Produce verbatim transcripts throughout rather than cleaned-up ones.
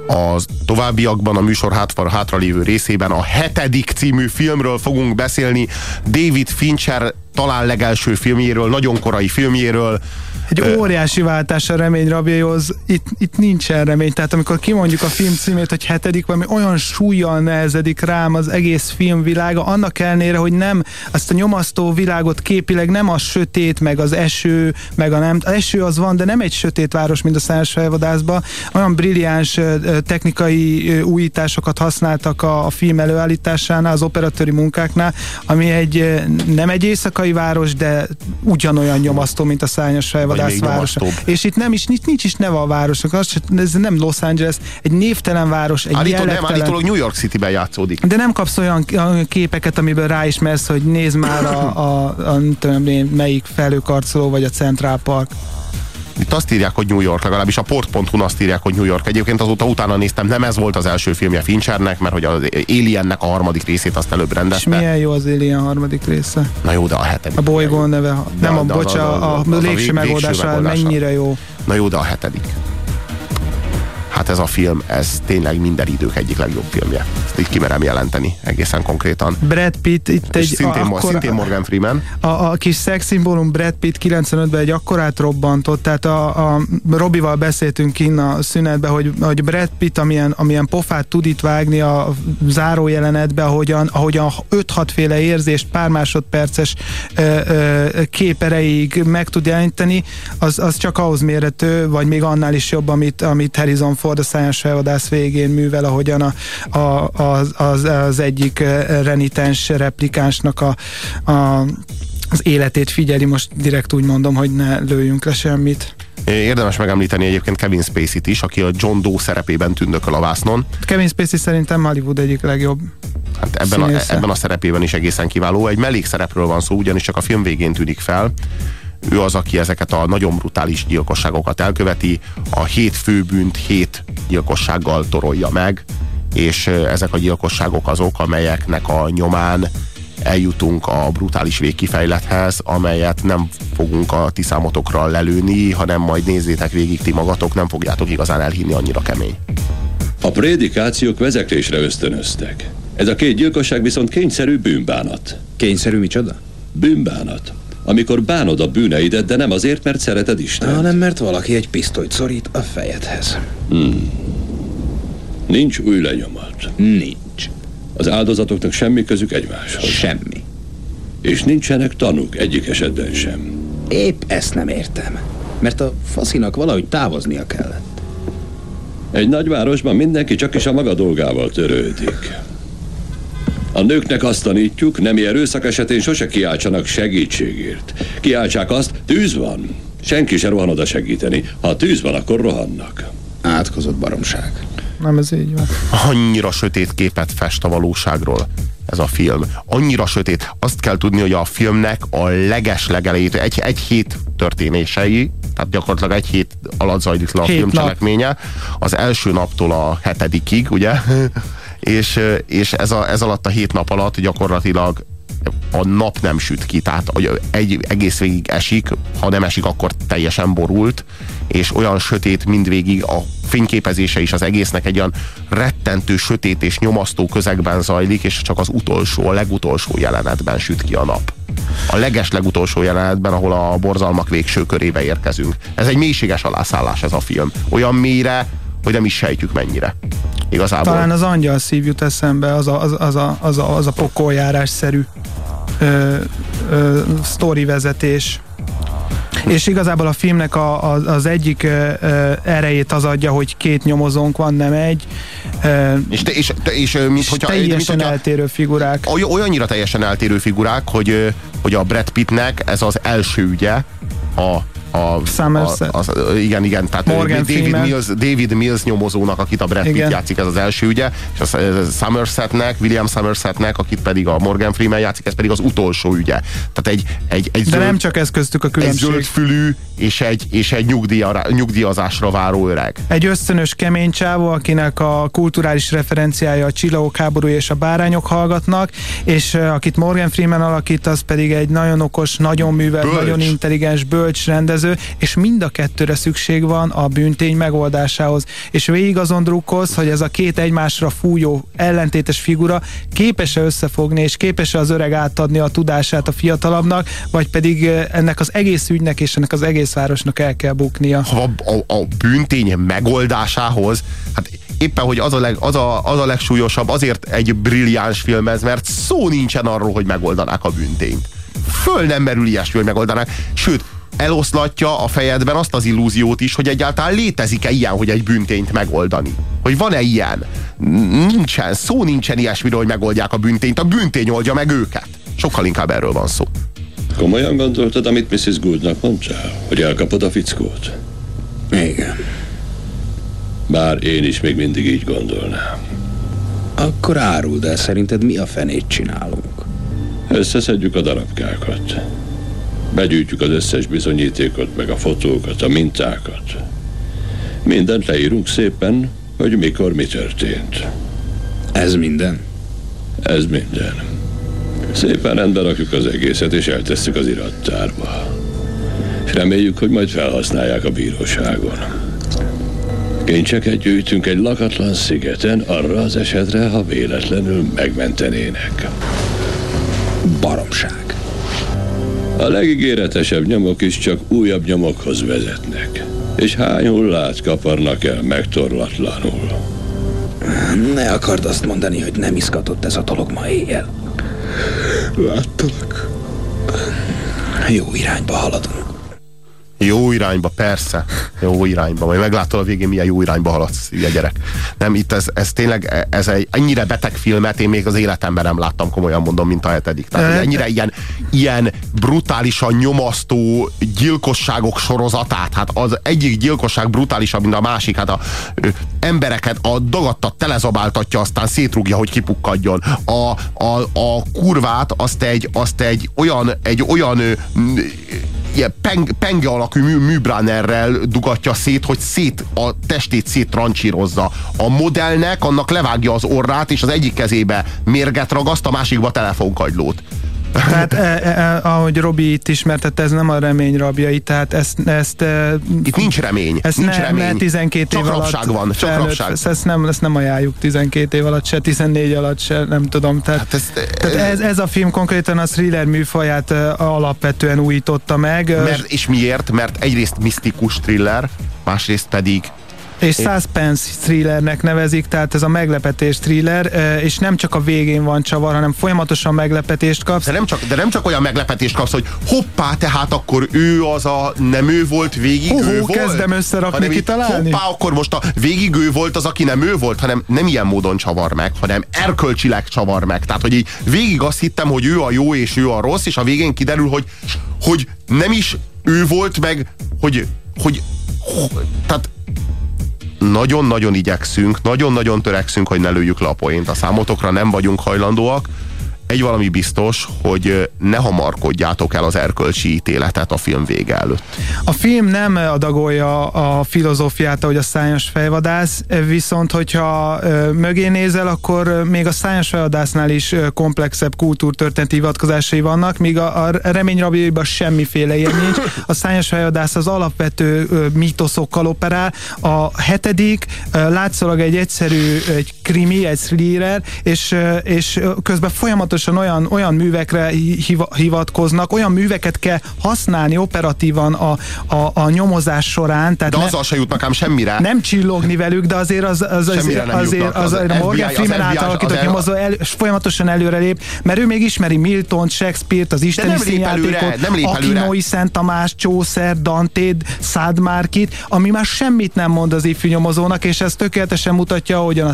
A továbbiakban a műsor hátra, hátralévő részében a Hetedik című filmről fogunk beszélni, David Fincher talán legelső filmjéről, nagyon korai filmjéről. Egy óriási váltás a remény rabjaihoz, itt, itt nincsen remény, tehát amikor kimondjuk a film címét, hogy hetedik, valami olyan súllyal nehezedik rám az egész filmvilága, annak ellenére, hogy nem azt a nyomasztó világot képileg nem a sötét, meg az eső, meg a nem, az eső az van, de nem egy sötét város, mint a Szányos fejvadászban, olyan brilliáns technikai újításokat használtak a, a film előállításánál, az operatőri munkáknál, ami egy nem egy éjszakai város, de ugyanolyan nyomasztó, mint a Szányos fejvadász. És itt nem is, nincs, nincs is neve a városnak, az, ez nem Los Angeles, egy névtelen város, egy Állítól, jellegtelen... Nem, állítólag New York Cityben játszódik. De nem kapsz olyan képeket, amiből ráismersz, hogy nézd már a, a, a, a tudom, melyik felhőkarcoló, vagy a Central Park. Itt azt írják, hogy New York, legalábbis a port pont hu-n azt írják, hogy New York. Egyébként azóta utána néztem, nem ez volt az első filmje Finchernek, mert hogy az Aliennek a harmadik részét azt előbb rendezte. És milyen jó az Alien harmadik része? Na jó, de a hetedik. A bolygó neve, nem a, bocsa, a, a, a légcső megoldása, mennyire jó. Na jó, de a hetedik. Hát ez a film, ez tényleg minden idők egyik legjobb filmje. Ezt így kimerem jelenteni, egészen konkrétan. Brad Pitt itt egy... Szintén, akkor, szintén Morgan Freeman. A, a kis szexszimbólum Brad Pitt kilencvenötben egy akkorát robbantott, tehát a, a Robival beszéltünk innen a szünetben, hogy, hogy Brad Pitt amilyen, amilyen pofát tud itt vágni a záró jelenetbe, ahogyan, ahogyan öt-hat féle érzést pár másodperces ö, ö, kép erejéig meg tud jelenteni, az, az csak ahhoz mérhető, vagy még annál is jobb, amit, amit Harrison Ford a Szányos fejvadász végén művel, ahogyan a, a, az, az, az egyik renitens replikánsnak a, a, az életét figyeli, most direkt úgy mondom, hogy ne lőjünk le semmit. Érdemes megemlíteni egyébként Kevin Spacey-t is, aki a John Doe szerepében tündököl a vásznon. Kevin Spacey szerintem Hollywood egyik legjobb hát ebben, a, ebben a szerepében is egészen kiváló. Egy mellékszerepről van szó, ugyanis csak a film végén tűnik fel. Ő az, aki ezeket a nagyon brutális gyilkosságokat elköveti, a hét főbűnt hét gyilkossággal torolja meg, és ezek a gyilkosságok azok, amelyeknek a nyomán eljutunk a brutális végkifejlethez, amelyet nem fogunk a ti számotokra lelőni, hanem majd nézzétek végig ti magatok, nem fogjátok igazán elhinni, annyira kemény. A prédikációk vezeklésre ösztönöztek. Ez a két gyilkosság viszont kényszerű bűnbánat. Kényszerű micsoda? Bűnbánat. Amikor bánod a bűneidet, de nem azért, mert szereted Istent. Hanem mert valaki egy pisztolyt szorít a fejedhez. Hmm. Nincs új lenyomat. Nincs. Az áldozatoknak semmi közük egymáshoz. Semmi. És nincsenek tanúk egyik esetben sem. Épp ezt nem értem. Mert a faszinak valahogy távoznia kellett. Egy nagyvárosban mindenki csak is a maga dolgával törődik. A nőknek azt tanítjuk, nemi erőszak esetén sose kiáltsanak segítségért. Kiáltsák azt, tűz van. Senki se rohan oda segíteni. Ha tűz van, akkor rohannak. Átkozott baromság. Nem, ez így van. Annyira sötét képet fest a valóságról ez a film. Annyira sötét. Azt kell tudni, hogy a filmnek a leges legelejét, egy, egy hét történései, tehát gyakorlatilag egy hét alatt zajlik le a film cselekménye. Az első naptól a hetedikig, ugye? és, és ez, a, ez alatt a hét nap alatt gyakorlatilag a nap nem süt ki, tehát egy egész végig esik, ha nem esik, akkor teljesen borult, és olyan sötét mindvégig, a fényképezése is az egésznek egy olyan rettentő, sötét és nyomasztó közegben zajlik, és csak az utolsó, a legutolsó jelenetben süt ki a nap. A leges legutolsó jelenetben, ahol a borzalmak végső körébe érkezünk. Ez egy mélységes alászállás ez a film. Olyan mélyre, hogy nem is sejtjük mennyire. Igazából. Talán az angyal szív jut eszembe, az a, az, az a, az a, az a pokoljárásszerű ö, ö, sztori vezetés. És igazából a filmnek a, a, az egyik ö, ö, erejét az adja, hogy két nyomozónk van, nem egy. Ö, és, te, és, te, és, mint és hogyha, teljesen mint hogyha, eltérő figurák. Olyannyira teljesen eltérő figurák, hogy, hogy a Brad Pittnek ez az első ügye, a A, Somerset. A, az, igen, igen, tehát David Mills, David Mills nyomozónak, akit a Brad Pitt igen. játszik, ez az első ügye, és a Somersetnek, William Somersetnek, akit pedig a Morgan Freeman játszik, ez pedig az utolsó ügye. Tehát egy, egy, egy De zöld, nem csak ez köztük a különbség. Egy zöldfülű, és egy, és egy nyugdíja, nyugdíjazásra váró öreg. Egy ösztönös kemény csávó, akinek a kulturális referenciája a Csillagok háborúja és a Bárányok hallgatnak, és uh, akit Morgan Freeman alakít, az pedig egy nagyon okos, nagyon művelt, bölcs. nagyon intelligens, bölcs rendező, és mind a kettőre szükség van a bűntény megoldásához. És végig azon drukkolsz, hogy ez a két egymásra fújó, ellentétes figura képes-e összefogni, és képes-e az öreg átadni a tudását a fiatalabbnak, vagy pedig ennek az egész ügynek és ennek az egész városnak el kell buknia. A, a, a bűntény megoldásához, hát éppen, hogy az a, leg, az, a, az a legsúlyosabb, azért egy brilliáns film ez, mert szó nincsen arról, hogy megoldanák a bűntényt. Föl nem merül ilyesmi, hogy megoldanák. Sőt, eloszlatja a fejedben azt az illúziót is, hogy egyáltalán létezik-e ilyen, hogy egy bűntényt megoldani. Hogy van-e ilyen? Nincsen. Szó nincsen ilyesmiről, hogy megoldják a bűntényt. A bűntény oldja meg őket. Sokkal inkább erről van szó. Komolyan gondoltad, amit missziz Gouldnak mondtál? Hogy elkapod a fickót? Igen. Bár én is még mindig így gondolnám. Akkor áruld el, szerinted mi a fenét csinálunk? Összeszedjük a darabkákat. Begyűjtjük az összes bizonyítékot, meg a fotókat, a mintákat. Mindent leírunk szépen, hogy mikor mi történt. Ez minden? Ez minden. Szépen rendbe rakjuk az egészet, és eltesszük az irattárba. És reméljük, hogy majd felhasználják a bíróságon. Kincseket gyűjtünk egy lakatlan szigeten arra az esetre, ha véletlenül megmentenének. Baromság. A legígéretesebb nyomok is csak újabb nyomokhoz vezetnek. És hány hullát kaparnak el megtorlatlanul. Ne akard azt mondani, hogy nem izgatott ez a dolog ma éjjel. Láttalak. Jó irányba haladunk. Jó irányba, persze. Jó irányba. Majd meglátod a végén, milyen jó irányba haladsz, ugye gyerek. Nem, itt ez, ez tényleg, ez egy ennyire beteg filmet én még az életemben nem láttam, komolyan mondom, mint a hetedik. Tehát ennyire ilyen, ilyen brutálisan nyomasztó gyilkosságok sorozatát. Hát az egyik gyilkosság brutálisabb, mint a másik. Hát a ö, embereket a dagadtat telezabáltatja, aztán szétrúgja, hogy kipukkadjon. A, a, a kurvát azt egy, azt egy olyan, egy olyan ö, ilyen peng, penge alakú mű, műbránerrel dugatja szét, hogy szét a testét széttrancsírozza. A modellnek annak levágja az orrát, és az egyik kezébe mérget ragaszt, a másikba telefonkagylót. Tehát eh, eh, ahogy Robi itt ismertette, ez nem a remény rabjai, tehát ezt... ezt eh, itt nincs remény. Ezt nincs ne, remény. ne tizenkét csak év alatt rabság van, csak felnőtt, rabság. Ezt nem, ezt nem ajánljuk tizenkét év alatt se, tizennégy alatt se, nem tudom. Tehát, hát ezt, tehát ez, ez a film konkrétan a thriller műfaját uh, alapvetően újította meg. Mert, és miért? Mert egyrészt misztikus thriller, másrészt pedig és suspense thrillernek nevezik, tehát ez a meglepetés thriller, és nem csak a végén van csavar, hanem folyamatosan meglepetést kapsz. De nem csak, de nem csak olyan meglepetést kapsz, hogy hoppá, tehát akkor ő az a, nem ő volt, végig Hú, ő volt. kezdem összerakni, kitalálni. Hoppá, akkor most a végig ő volt az, aki nem ő volt, hanem nem ilyen módon csavar meg, hanem erkölcsileg csavar meg. Tehát, hogy így végig azt hittem, hogy ő a jó és ő a rossz, és a végén kiderül, hogy, hogy nem is ő volt meg, hogy, hogy, hogy tehát nagyon-nagyon igyekszünk, nagyon-nagyon törekszünk, hogy ne lőjük le a poént. A számotokra nem vagyunk hajlandóak. Egy valami biztos, hogy ne hamarkodjátok el az erkölcsi ítéletet a film vége előtt. A film nem adagolja a filozófiát, ahogy a Szányos fejvadász, viszont hogyha ö, mögé nézel, akkor még a Szányos fejvadásznál is ö, komplexebb kultúrtörténeti hivatkozásai vannak, míg a, a reményrabjaiban semmiféle ilyen nincs. A Szányos fejvadász az alapvető ö, mítoszokkal operál. A hetedik ö, látszólag egy egyszerű egy krimi, egy thriller, és, ö, és közben folyamatosan olyan, olyan művekre hiva, hivatkoznak, olyan műveket kell használni operatívan a, a, a nyomozás során. Tehát de ne, azzal se jutnak ám semmire. Nem csillogni velük, de azért az, az, az, azért, azért az, az, az Morgan Freeman által alakított nyomozó el, folyamatosan előrelép, mert ő még ismeri Miltont, Shakespeare-t, az isteni színjátékot, Akinoi, Szent Tamás, Chaucer, Dantét, Szádmárkit, ami már semmit nem mond az ifjú nyomozónak, és ez tökéletesen mutatja, ahogyan a,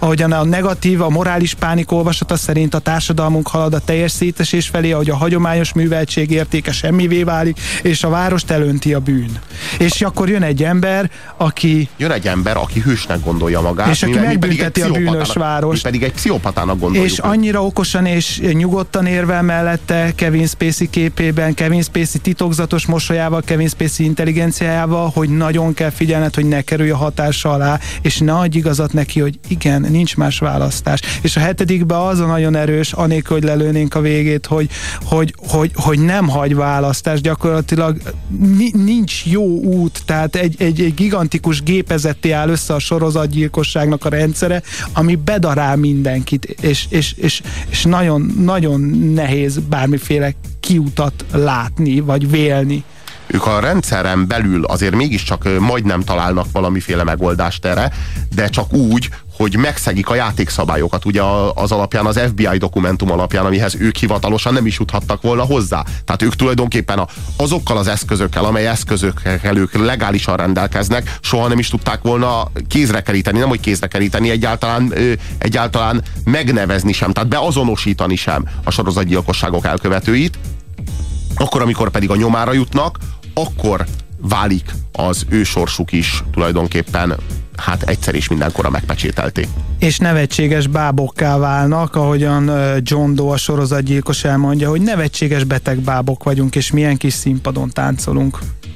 ahogyan a negatív, a morális pánik olvasata szerint a társadalmunk halad a teljes szétesés felé, ahogy a hagyományos műveltség értéke semmivé válik, és a várost elönti a bűn. És akkor jön egy ember, aki... Jön egy ember, aki hősnek gondolja magát. És aki megbünteti a bűnös várost. Mi pedig egy pszichopatának gondoljuk. És annyira okosan és nyugodtan érvel mellette Kevin Spacey képében, Kevin Spacey titokzatos mosolyával, Kevin Spacey intelligenciájával, hogy nagyon kell figyelned, hogy ne kerülj a hatása alá, és ne adj igazat neki, hogy igen, nincs más választás. És a hetedikben az a nagyon erős, anélkül, hogy lelőnénk a végét, hogy, hogy, hogy, hogy nem hagy választás, gyakorlatilag nincs jó út, tehát egy, egy, egy gigantikus gépezetté áll össze a sorozatgyilkosságnak a rendszere, ami bedarál mindenkit, és, és, és, és nagyon, nagyon nehéz bármiféle kiutat látni, vagy vélni. Ők a rendszeren belül azért mégiscsak majdnem találnak valamiféle megoldást erre, de csak úgy, hogy megszegik a játékszabályokat, ugye az alapján, az ef bé i dokumentum alapján, amihez ők hivatalosan nem is juthattak volna hozzá. Tehát ők tulajdonképpen a, azokkal az eszközökkel, amely eszközökkel ők legálisan rendelkeznek, soha nem is tudták volna kézre keríteni, nem hogy kézre keríteni, egyáltalán, ö, egyáltalán megnevezni sem, tehát beazonosítani sem a sorozatgyilkosságok elkövetőit. Akkor, amikor pedig a nyomára jutnak, akkor válik az ő sorsuk is tulajdonképpen hát egyszer is mindenkorra megpecsételté. És nevetséges bábokká válnak, ahogyan John Doe, a sorozatgyilkos elmondja, hogy nevetséges beteg bábok vagyunk, és milyen kis színpadon táncolunk.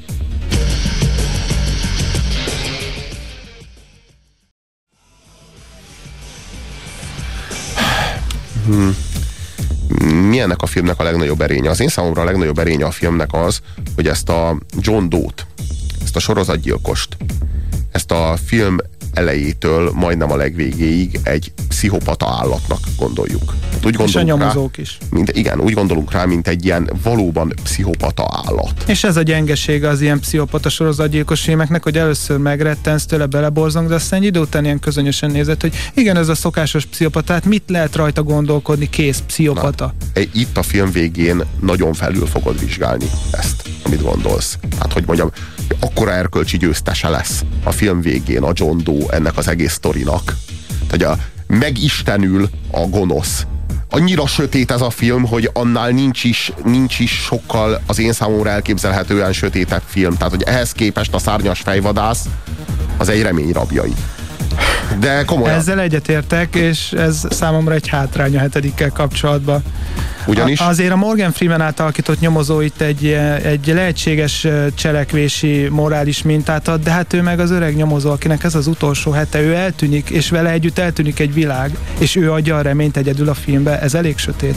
Hmm. Mi ennek a filmnek a legnagyobb erénye? Az én számomra a legnagyobb erénye a filmnek az, hogy ezt a John Doe-t, ezt a sorozatgyilkost, ezt a film elejétől majdnem a legvégéig egy pszichopata állatnak gondoljuk. Hát úgy és a nyomozók rá, is. Mint, igen, úgy gondolunk rá, mint egy ilyen valóban pszichopata állat. És ez a gyengesége az ilyen pszichopata sorozatgyilkos filmeknek, hogy először megrettensz tőle, beleborzong, de aztán egy idő után ilyen közönösen nézett, hogy igen, ez a szokásos pszichopatát, mit lehet rajta gondolkodni, kész, pszichopata. Na, itt a film végén nagyon felül fogod vizsgálni ezt, amit gondolsz. Hát, hogy mondjam, akkora erkölcsi győztese lesz a film végén a John Doe ennek az egész sztorinak. Tehát a, megistenül a gonosz. Annyira sötét ez a film, hogy annál nincs is, nincs is sokkal az én számomra elképzelhetően sötétebb film. Tehát, hogy ehhez képest a Szárnyas fejvadász az egy remény rabjai. De komolyan. Ezzel egyetértek, és ez számomra egy hátrány a hetedikkel kapcsolatban. Ugyanis? A, azért a Morgan Freeman által alakított nyomozó itt egy, egy lehetséges cselekvési morális mintát ad, de hát ő meg az öreg nyomozó, akinek ez az utolsó hete, ő eltűnik, és vele együtt eltűnik egy világ, és ő adja a reményt egyedül a filmbe. Ez elég sötét.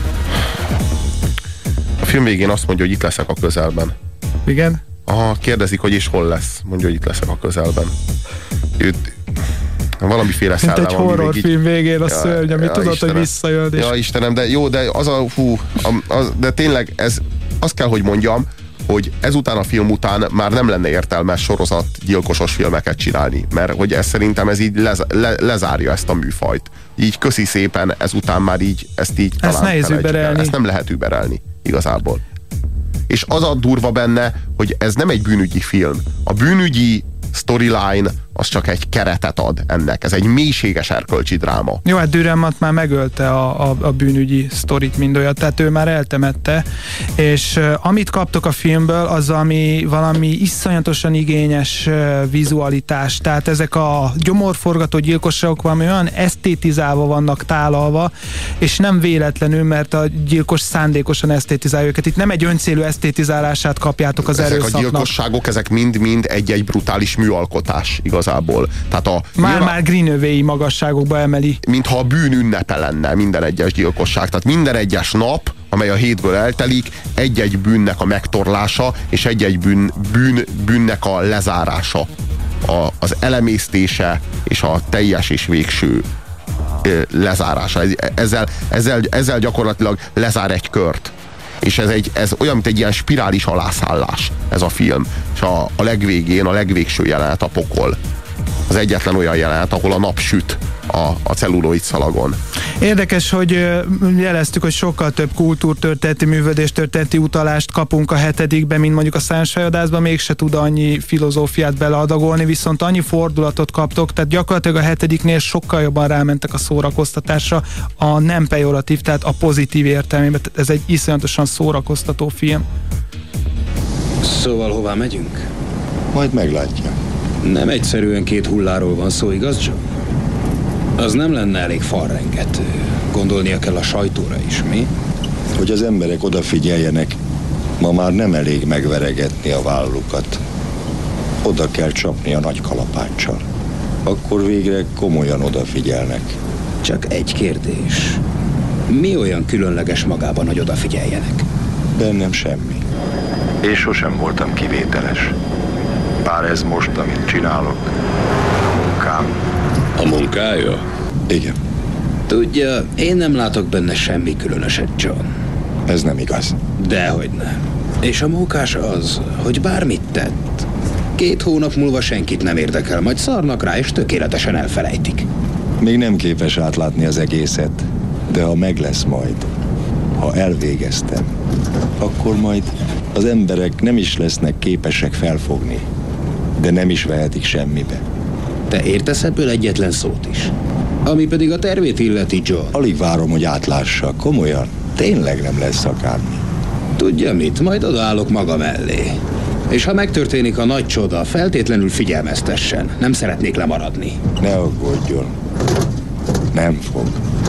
A film végén azt mondja, hogy itt leszek a közelben. Igen? Aha, kérdezik, hogy és hol lesz. Mondja, hogy itt leszek a közelben. Őt valamiféle szellem. Mint egy horrorfilm végén a ja, szörny, ami ja, tudod, Istenem, hogy visszajön. És... Ja, Istenem, de jó, de az a, hú, az, de tényleg ez, azt kell, hogy mondjam, hogy ezután a film után már nem lenne értelmes sorozatgyilkosos filmeket csinálni, mert hogy ez szerintem ez így lez, le, lezárja ezt a műfajt. Így köszi szépen, ezután már így, ezt így ezt talán nehéz überelni. Ezt nem lehet überelni, igazából. És az a durva benne, hogy ez nem egy bűnügyi film. A bűnügyi storyline az csak egy keretet ad ennek. Ez egy mélységes erkölcsi dráma. Jó, hát Dürrenmatt már megölte a, a, a bűnügyi sztorit mind olyat, tehát ő már eltemette, és uh, amit kaptok a filmből, az ami valami iszonyatosan igényes uh, vizualitás, tehát ezek a gyomorforgató gyilkosságok valami olyan esztétizálva vannak tálalva, és nem véletlenül, mert a gyilkos szándékosan esztétizálja őket. Itt nem egy öncélű esztétizálását kapjátok az ezek erőszaknak. Ezek a gyilkosságok, ezek mind-mind egy-egy brutális műalkotás igazából. Tehát a Már-már már Greenövéi magasságokba emeli. Mintha a bűn ünnepe lenne minden egyes gyilkosság. Tehát minden egyes nap, amely a hétből eltelik, egy-egy bűnnek a megtorlása, és egy-egy bűn, bűn, bűnnek a lezárása. A, az elemésztése, és a teljes és végső lezárása. Ezzel, ezzel, ezzel gyakorlatilag lezár egy kört. És ez, egy, ez olyan, mint egy ilyen spirális alászállás ez a film. És a, a legvégén, a legvégső jelenet a pokol. az egyetlen olyan jelenet, ahol a nap süt a, a celluloid szalagon. Érdekes, hogy jeleztük, hogy sokkal több kultúrtörténeti, művödéstörténeti utalást kapunk a hetedikben, mint mondjuk a Szánsfejadászban, mégse tud annyi filozófiát beleadagolni, viszont annyi fordulatot kaptok, tehát gyakorlatilag a hetediknél sokkal jobban rámentek a szórakoztatásra, a nem pejoratív, tehát a pozitív értelmében. Ez egy iszonyatosan szórakoztató film. Szóval hová megyünk? Majd meglátja. Nem egyszerűen két hulláról van szó, igaz, John? Az nem lenne elég falrengető. Gondolnia kell a sajtóra is, mi? Hogy az emberek odafigyeljenek, ma már nem elég megveregetni a vállukat. Oda kell csapni a nagy kalapáccsal. Akkor végre komolyan odafigyelnek. Csak egy kérdés. Mi olyan különleges magában, hogy odafigyeljenek? Bennem semmi. Én sosem voltam kivételes. Bár ez most, amit csinálok, a munkám. A munkája? Igen. Tudja, én nem látok benne semmi különöset, John. Ez nem igaz. Dehogy nem. És a mókás az, hogy bármit tett, két hónap múlva senkit nem érdekel, majd szarnak rá, és tökéletesen elfelejtik. Még nem képes átlátni az egészet, de ha meg lesz majd, ha elvégeztem, akkor majd az emberek nem is lesznek képesek felfogni, de nem is vehetik semmibe. Te értesz ebből egyetlen szót is? Ami pedig a tervét illeti, John. Alig várom, hogy átlássa. Komolyan, tényleg nem lesz akármi. Tudja mit? Majd odaállok maga mellé. És ha megtörténik a nagy csoda, feltétlenül figyelmeztessen. Nem szeretnék lemaradni. Ne aggódjon. Nem fog.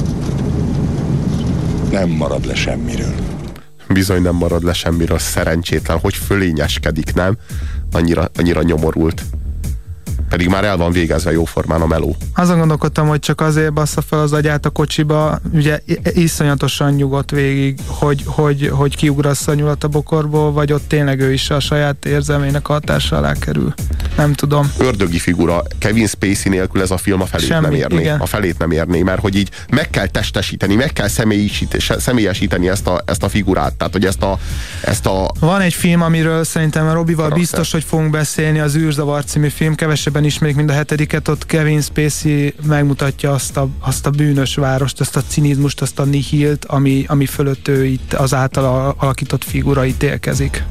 Nem marad le semmiről. Bizony nem marad le semmiről, szerencsétlen, hogy fölényeskedik, nem? Annyira, annyira nyomorult. Pedig már el van végezve jóformán a meló. Azon gondolkodtam, hogy csak azért bassza fel az agyát a kocsiba, ugye iszonyatosan nyugodt végig, hogy, hogy, hogy kiugrassza a nyulat a bokorból, vagy ott tényleg ő is a saját érzelmének hatása alá kerül. Nem tudom. Ördögi figura. Kevin Spacey nélkül ez a film a felét Semmi, nem érné. Igen. A felét nem érné, mert hogy így meg kell testesíteni, meg kell személyesíteni ezt a, ezt a figurát. Tehát, hogy ezt a, ezt a... Van egy film, amiről szerintem a Robival biztos, hogy fogunk beszélni, az űrzavar című film, kevesebben ismerik, mint a hetediket, ott Kevin Spacey megmutatja azt a, azt a bűnös várost, azt a cinizmust, azt a nihilt, ami, ami fölött ő itt az által alakított figura ítélkezik.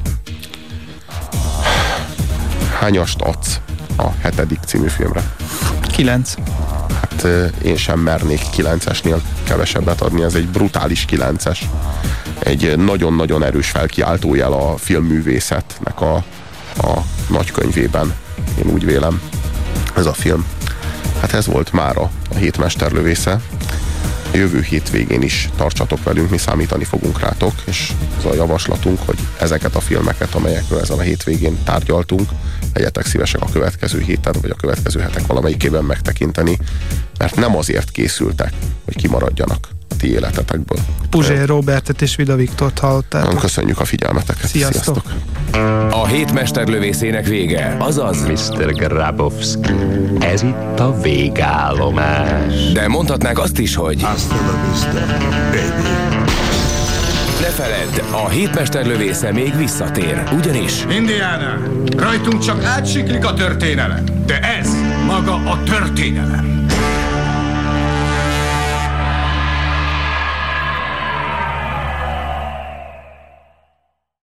Hányast adsz a hetedik című filmre? Kilenc. Hát én sem mernék kilencesnél kevesebbet adni, ez egy brutális kilences. Egy nagyon-nagyon erős felkiáltójel a filmművészetnek a, a nagykönyvében. Én úgy vélem, ez a film. Hát ez volt mára a hét mesterlövésze. A jövő hétvégén is tartsatok velünk, mi számítani fogunk rátok, és az a javaslatunk, hogy ezeket a filmeket, amelyekről ezen a hétvégén tárgyaltunk, legyetek szívesek a következő héten, vagy a következő hetek valamelyikében megtekinteni, mert nem azért készültek, hogy kimaradjanak a ti életetekből. Puzsér Robertet és Vida Viktort hallottátok. Köszönjük a figyelmeteket. Sziasztok! Sziasztok. A hét mesterlövészének vége, azaz miszter Grabowski, ez itt a végállomás. De mondhatnánk azt is, hogy Hasta la vista, baby. Ne feledd, a hét mesterlövésze még visszatér, ugyanis Indiana, rajtunk csak átsiklik a történelem, de ez maga a történelem.